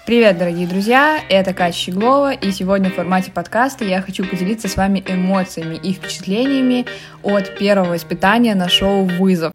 Привет, дорогие друзья, это Катя Щеглова, и сегодня в формате подкаста я хочу поделиться с вами эмоциями и впечатлениями от первого испытания на шоу «Вызов».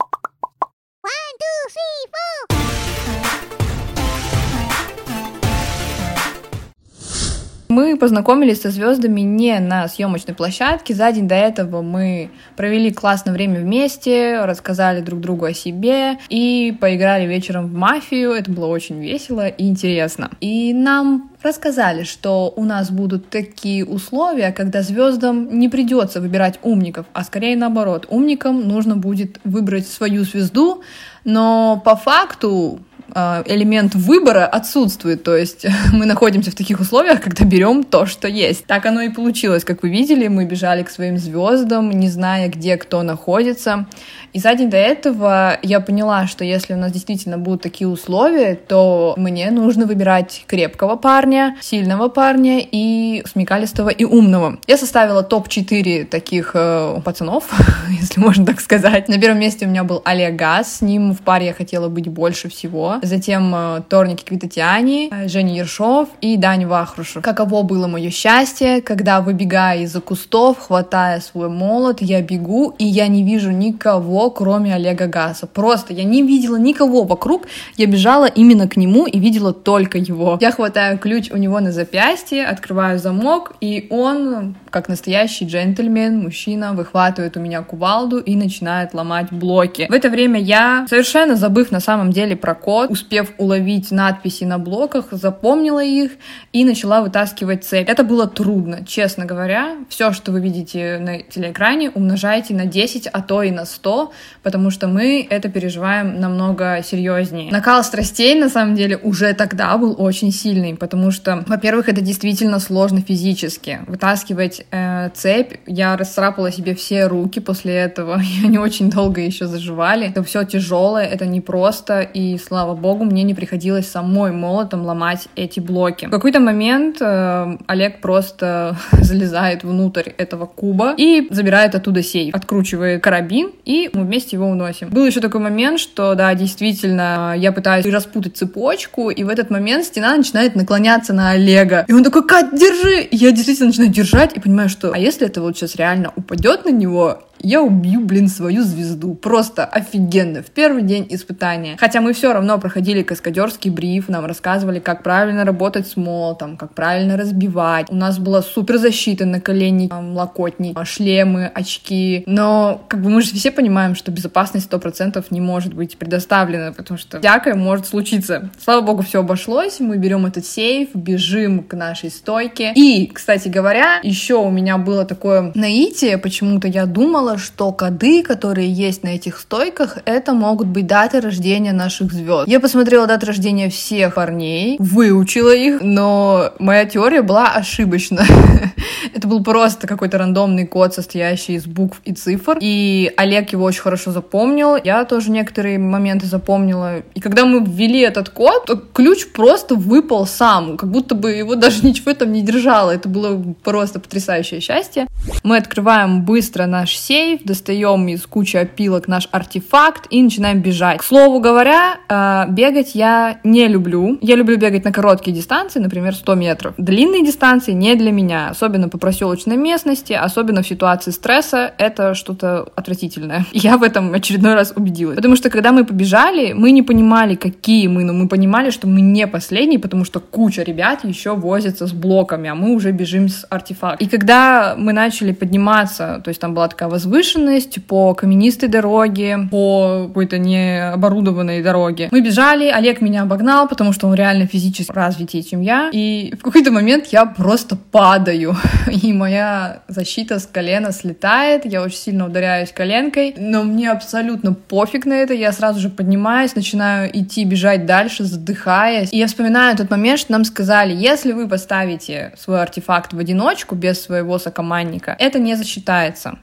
Мы познакомились со звездами не на съемочной площадке. За день до этого мы провели классное время вместе, рассказали друг другу о себе и поиграли вечером в мафию. Это было очень весело и интересно. И нам рассказали, что у нас будут такие условия, когда звездам не придется выбирать умников, а скорее наоборот. Умникам нужно будет выбрать свою звезду, но по факту элемент выбора отсутствует, то есть мы находимся в таких условиях, когда берем то, что есть. Так оно и получилось, как вы видели, мы бежали к своим звездам, не зная, где кто находится. И за день до этого я поняла, что если у нас действительно будут такие условия, то мне нужно выбирать крепкого парня, сильного парня и смекалистого и умного. Я составила топ-4 таких пацанов, если можно так сказать. На первом месте у меня был Олег Газ, с ним в паре я хотела быть больше всего. Затем Торники Квитатиани, Женя Ершов и Даня Вахрушев. Каково было мое счастье, когда, выбегая из-за кустов, хватая свой молот, я бегу, и я не вижу никого, кроме Олега Газа. Просто я не видела никого вокруг, я бежала именно к нему и видела только его. Я хватаю ключ у него на запястье, открываю замок, и он, как настоящий джентльмен, мужчина, выхватывает у меня кувалду и начинает ломать блоки. В это время я, совершенно забыв на самом деле про код, успев уловить надписи на блоках, запомнила их и начала вытаскивать цепь. Это было трудно, честно говоря. Все, что вы видите на телеэкране, умножайте на 10, а то и на 100, потому что мы это переживаем намного серьезнее. Накал страстей, на самом деле, уже тогда был очень сильный, потому что, во-первых, это действительно сложно физически. Вытаскивать цепь, я расцарапала себе все руки после этого, и они очень долго еще заживали. Это все тяжелое, это непросто, и слава богу, мне не приходилось самой молотом ломать эти блоки. В какой-то момент Олег просто залезает внутрь этого куба и забирает оттуда сейф, откручивает карабин, и мы вместе его уносим. Был еще такой момент, что, да, действительно, я пытаюсь распутать цепочку, и в этот момент стена начинает наклоняться на Олега. И он такой: «Кать, держи!» И я действительно начинаю держать и понимаю, что, а если это вот сейчас реально упадет на него, я убью, свою звезду. Просто офигенно. В первый день испытания. Хотя мы все равно проходили каскадерский бриф, нам рассказывали, как правильно работать с молотом, как правильно разбивать. У нас была суперзащита, наколенники, локотники, шлемы, очки. Но мы же все понимаем, что безопасность 100% не может быть предоставлена, потому что всякое может случиться. Слава богу, все обошлось. Мы берем этот сейф, бежим к нашей стойке. И, кстати говоря, еще у меня было такое наитие, почему-то я думала, что коды, которые есть на этих стойках, это могут быть даты рождения наших звезд. Я посмотрела даты рождения всех парней, выучила их, но моя теория была ошибочна. Это был просто какой-то рандомный код, состоящий из букв и цифр, и Олег его очень хорошо запомнил, я тоже некоторые моменты запомнила, и когда мы ввели этот код, то ключ просто выпал сам, как будто бы его даже ничего там не держало. Это было просто потрясающее счастье. Мы открываем быстро наш сейф, достаем из кучи опилок наш артефакт и начинаем бежать. К слову говоря, бегать я не люблю. Я люблю бегать на короткие дистанции, например, 100 метров. Длинные дистанции не для меня, особенно по проселочной местности, особенно в ситуации стресса, это что-то отвратительное. Я в этом очередной раз убедилась. Потому что когда мы побежали, мы не понимали, какие мы, но мы понимали, что мы не последние, потому что куча ребят еще возятся с блоками, а мы уже бежим с артефактом. И когда мы начали подниматься, то есть там была такая возвышенность по каменистой дороге, по какой-то необорудованной дороге. Мы бежали, Олег меня обогнал, потому что он реально физически развитее, чем я. И в какой-то момент я просто падаю, и моя защита с колена слетает, я очень сильно ударяюсь коленкой, но мне абсолютно пофиг на это, я сразу же поднимаюсь, начинаю идти, бежать дальше, задыхаясь. И я вспоминаю тот момент, что нам сказали: если вы поставите свой артефакт в одиночку, без своего сокомандника, это не засчитается.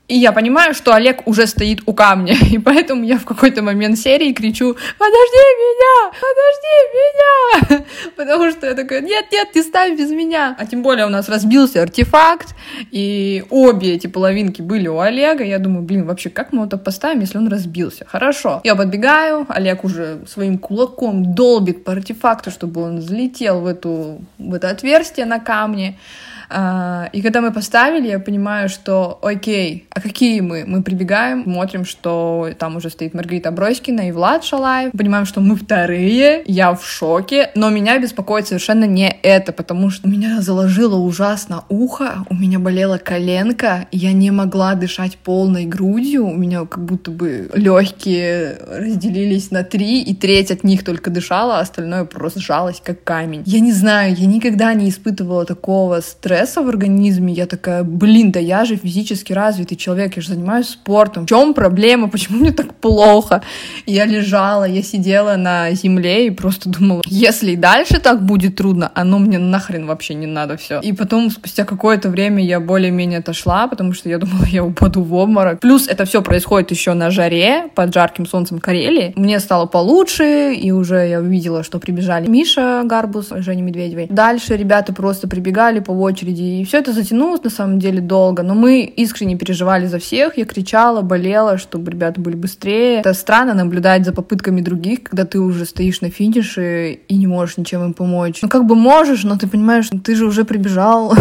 И я понимаю, что Олег уже стоит у камня, и поэтому я в какой-то момент серии кричу: подожди меня, потому что я такая: нет, ты ставь без меня. А тем более у нас разбился артефакт, и обе эти половинки были у Олега. Я думаю, вообще, как мы его так поставим, если он разбился? Хорошо. Я подбегаю, Олег уже своим кулаком долбит по артефакту, чтобы он залетел в это отверстие на камне. И когда мы поставили, я понимаю, что окей, а какие мы? Мы прибегаем, смотрим, что там уже стоит Маргарита Бройскина и Влад Шалаев. Понимаем, что мы вторые, я в шоке, но меня беспокоит совершенно не это, потому что меня заложило ужасно ухо, у меня болела коленка, я не могла дышать полной грудью, у меня как будто бы легкие разделились на 3, и треть от них только дышала, а остальное просто сжалось как камень. Я не знаю, я никогда не испытывала такого стресса в организме. Я такая: да я же физически развитый человек, я же занимаюсь спортом. В чем проблема? Почему мне так плохо? Я лежала, я сидела на земле и просто думала: если и дальше так будет трудно, оно мне нахрен вообще не надо все. И потом, спустя какое-то время, я более-менее отошла, потому что я думала, я упаду в обморок. Плюс это все происходит еще на жаре, под жарким солнцем Карелии. Мне стало получше, и уже я увидела, что прибежали Миша Гарбус, Женя Медведевой. Дальше ребята просто прибегали по очереди, и все это затянулось на самом деле долго, но мы искренне переживали за всех, я кричала, болела, чтобы ребята были быстрее. Это странно наблюдать за попытками других, когда ты уже стоишь на финише и не можешь ничем им помочь. Ну как бы можешь, но ты понимаешь, что ты же уже прибежал,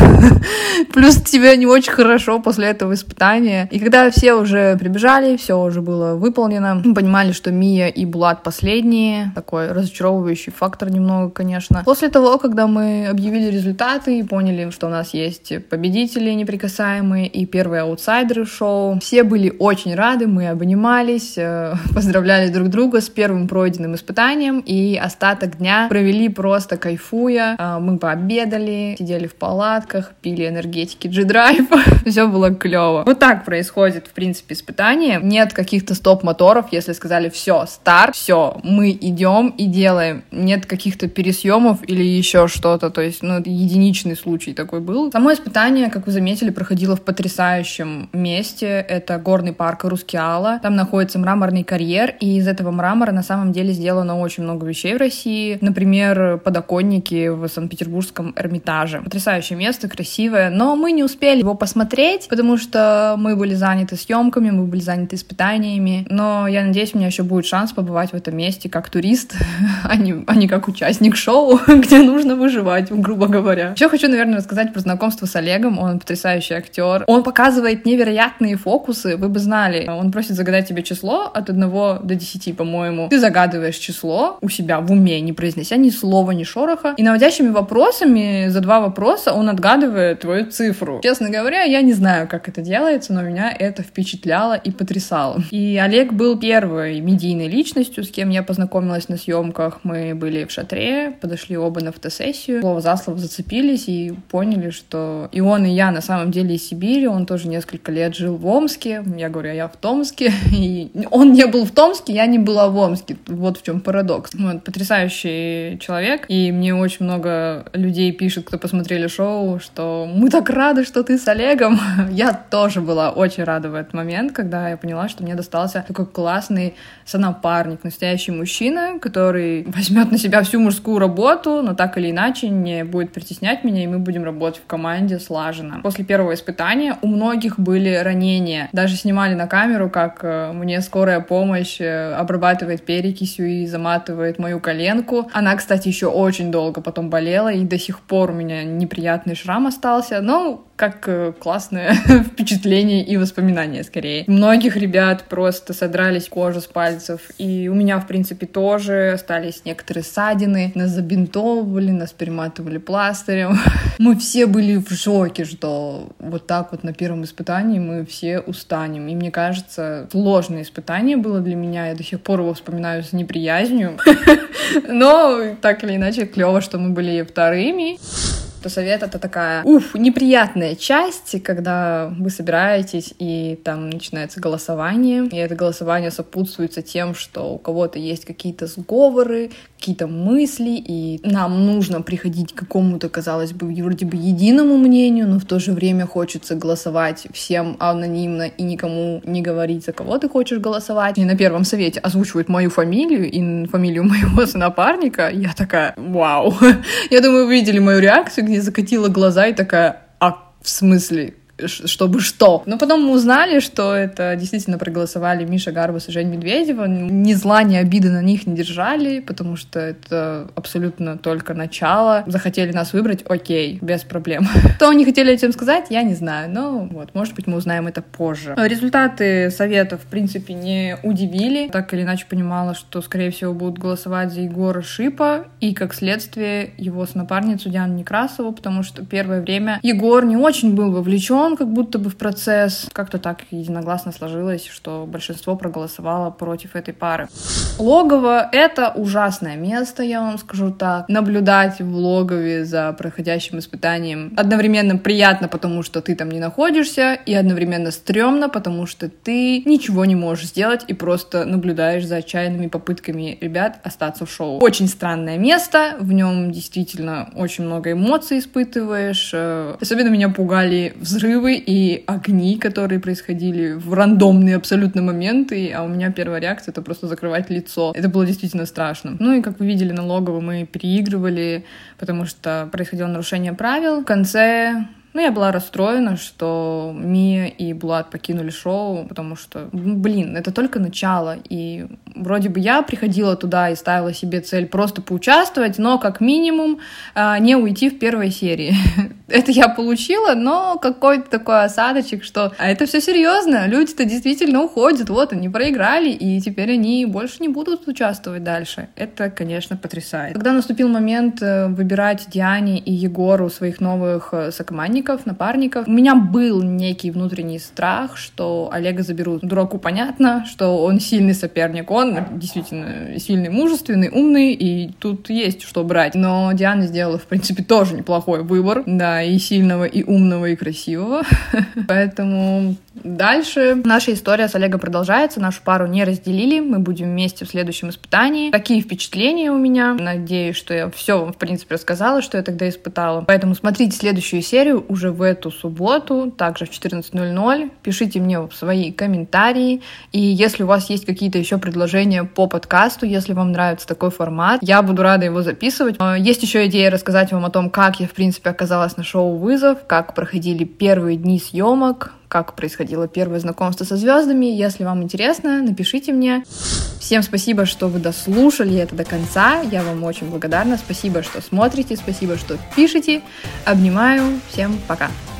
плюс тебе не очень хорошо после этого испытания. И когда все уже прибежали, все уже было выполнено, мы понимали, что Мия и Булат последние, такой разочаровывающий фактор немного, конечно. После того, когда мы объявили результаты и поняли, что у нас есть победители неприкасаемые и первые аутсайдеры шоу, все были очень рады, мы обнимались, поздравляли друг друга с первым пройденным испытанием, и остаток дня провели просто кайфуя. Мы пообедали, сидели в палатках, пили энергетики G-Drive, все было клево. Вот так происходит, в принципе, испытание. Нет каких-то стоп-моторов, если сказали: все, старт, все, мы идем и делаем. Нет каких-то пересъемов или еще что-то, то есть, это единичный случай такой был. Само испытание, как вы заметили, проходило в потрясающем месте. Это горный парк Рускеала. Там находится мраморный карьер, и из этого мрамора на самом деле сделано очень много вещей в России. Например, подоконники в Санкт-Петербургском Эрмитаже. Потрясающее место, красивое, но мы не успели его посмотреть, потому что мы были заняты съемками, мы были заняты испытаниями. Но я надеюсь, у меня еще будет шанс побывать в этом месте как турист, а не как участник шоу, где нужно выживать, грубо говоря. Еще хочу, наверное, рассказать про знакомство с Олегом. Он потрясающий актер. Он показывает невероятные фокусы. Вы бы знали. Он просит загадать тебе число от 1 до 10, по-моему. Ты загадываешь число у себя в уме, не произнеся ни слова, ни шороха. И наводящими вопросами за 2 вопроса он отгадывает твою цифру. Честно говоря, я не знаю, как это делается, но меня это впечатляло и потрясало. И Олег был первой медийной личностью, с кем я познакомилась на съемках. Мы были в шатре, подошли оба на фотосессию. Слово за слово зацепились и поняли, что и он, и я на самом деле из Сибири. Он тоже несколько лет жил в Омске. Я говорю, я в Томске. И он не был в Томске, я не была в Омске. Вот в чем парадокс. Вот, потрясающий человек. И мне очень много людей пишут, кто посмотрели шоу, что мы так рады, что ты с Олегом. Я тоже была очень рада в этот момент, когда я поняла, что мне достался такой классный сонапарник, настоящий мужчина, который возьмет на себя всю мужскую работу, но так или иначе не будет притеснять меня, и мы будем работать в команде слаженно. После первого испытания у многих были ранения. Даже снимали на камеру, как мне скорая помощь обрабатывает перекисью и заматывает мою коленку. Она, кстати, еще очень долго потом болела, и до сих пор у меня неприятный шрам остался, но как классное впечатление и воспоминания, скорее. У многих ребят просто содрались кожа с пальцев, и у меня, в принципе, тоже остались некоторые ссадины. Нас забинтовывали, нас перематывали пластырем. Мы все были в шоке, что вот так вот на первом испытании мы все устанем. И мне кажется, сложное испытание было для меня. Я до сих пор его вспоминаю с неприязнью. Но так или иначе, клево, что мы были вторыми. Совет — это такая, неприятная часть, когда вы собираетесь, и там начинается голосование, и это голосование сопутствуется тем, что у кого-то есть какие-то сговоры, какие-то мысли, и нам нужно приходить к какому-то, казалось бы, вроде бы единому мнению, но в то же время хочется голосовать всем анонимно и никому не говорить, за кого ты хочешь голосовать. И на первом совете озвучивают мою фамилию и фамилию моего напарника. Я такая, вау. Я думаю, вы видели мою реакцию, где закатила глаза и такая, а в смысле? Чтобы что. Но потом мы узнали, что это действительно проголосовали Миша Гарбас и Жень Медведева. Ни зла, ни обиды на них не держали, потому что это абсолютно только начало. Захотели нас выбрать, окей, без проблем. Что они хотели этим сказать, я не знаю. Но вот, может быть, мы узнаем это позже. Результаты советов, в принципе, не удивили. Так или иначе понимала, что, скорее всего, будут голосовать за Егора Шипа и, как следствие, его напарницу Диану Некрасову, потому что первое время Егор не очень был вовлечен как будто бы в процесс. Как-то так единогласно сложилось, что большинство проголосовало против этой пары. Логово — это ужасное место, я вам скажу так. Наблюдать в логове за проходящим испытанием одновременно приятно, потому что ты там не находишься, и одновременно стрёмно, потому что ты ничего не можешь сделать и просто наблюдаешь за отчаянными попытками ребят остаться в шоу. Очень странное место, в нем действительно очень много эмоций испытываешь. Особенно меня пугали взрывы и огни, которые происходили в рандомные абсолютно моменты, а у меня первая реакция — это просто закрывать лицо. Это было действительно страшно. Ну и, как вы видели на логово, мы переигрывали, потому что происходило нарушение правил. В конце... я была расстроена, что Мия и Булат покинули шоу, потому что, это только начало. И вроде бы я приходила туда и ставила себе цель просто поучаствовать, но как минимум не уйти в первой серии. Это я получила, но какой-то такой осадочек, что это все серьезно, люди-то действительно уходят, вот они проиграли, и теперь они больше не будут участвовать дальше. Это, конечно, потрясает. Когда наступил момент выбирать Диане и Егору своих новых сокомандников, напарников, у меня был некий внутренний страх, что Олега заберут. Дураку понятно, что он сильный соперник, он действительно сильный, мужественный, умный, и тут есть что брать. Но Диана сделала, в принципе, тоже неплохой выбор, да, и сильного, и умного, и красивого. Поэтому дальше наша история с Олегом продолжается, нашу пару не разделили, мы будем вместе в следующем испытании. Такие впечатления у меня. Надеюсь, что я все вам, в принципе, рассказала, что я тогда испытала. Поэтому смотрите следующую серию уже в эту субботу, также в 14:00. Пишите мне свои комментарии. И если у вас есть какие-то еще предложения по подкасту, если вам нравится такой формат, я буду рада его записывать. Есть еще идея рассказать вам о том, как я, в принципе, оказалась на шоу «Вызов», как проходили первые дни съемок, как происходило первое знакомство со звездами. Если вам интересно, напишите мне. Всем спасибо, что вы дослушали это до конца. Я вам очень благодарна. Спасибо, что смотрите, спасибо, что пишете. Обнимаю. Всем пока.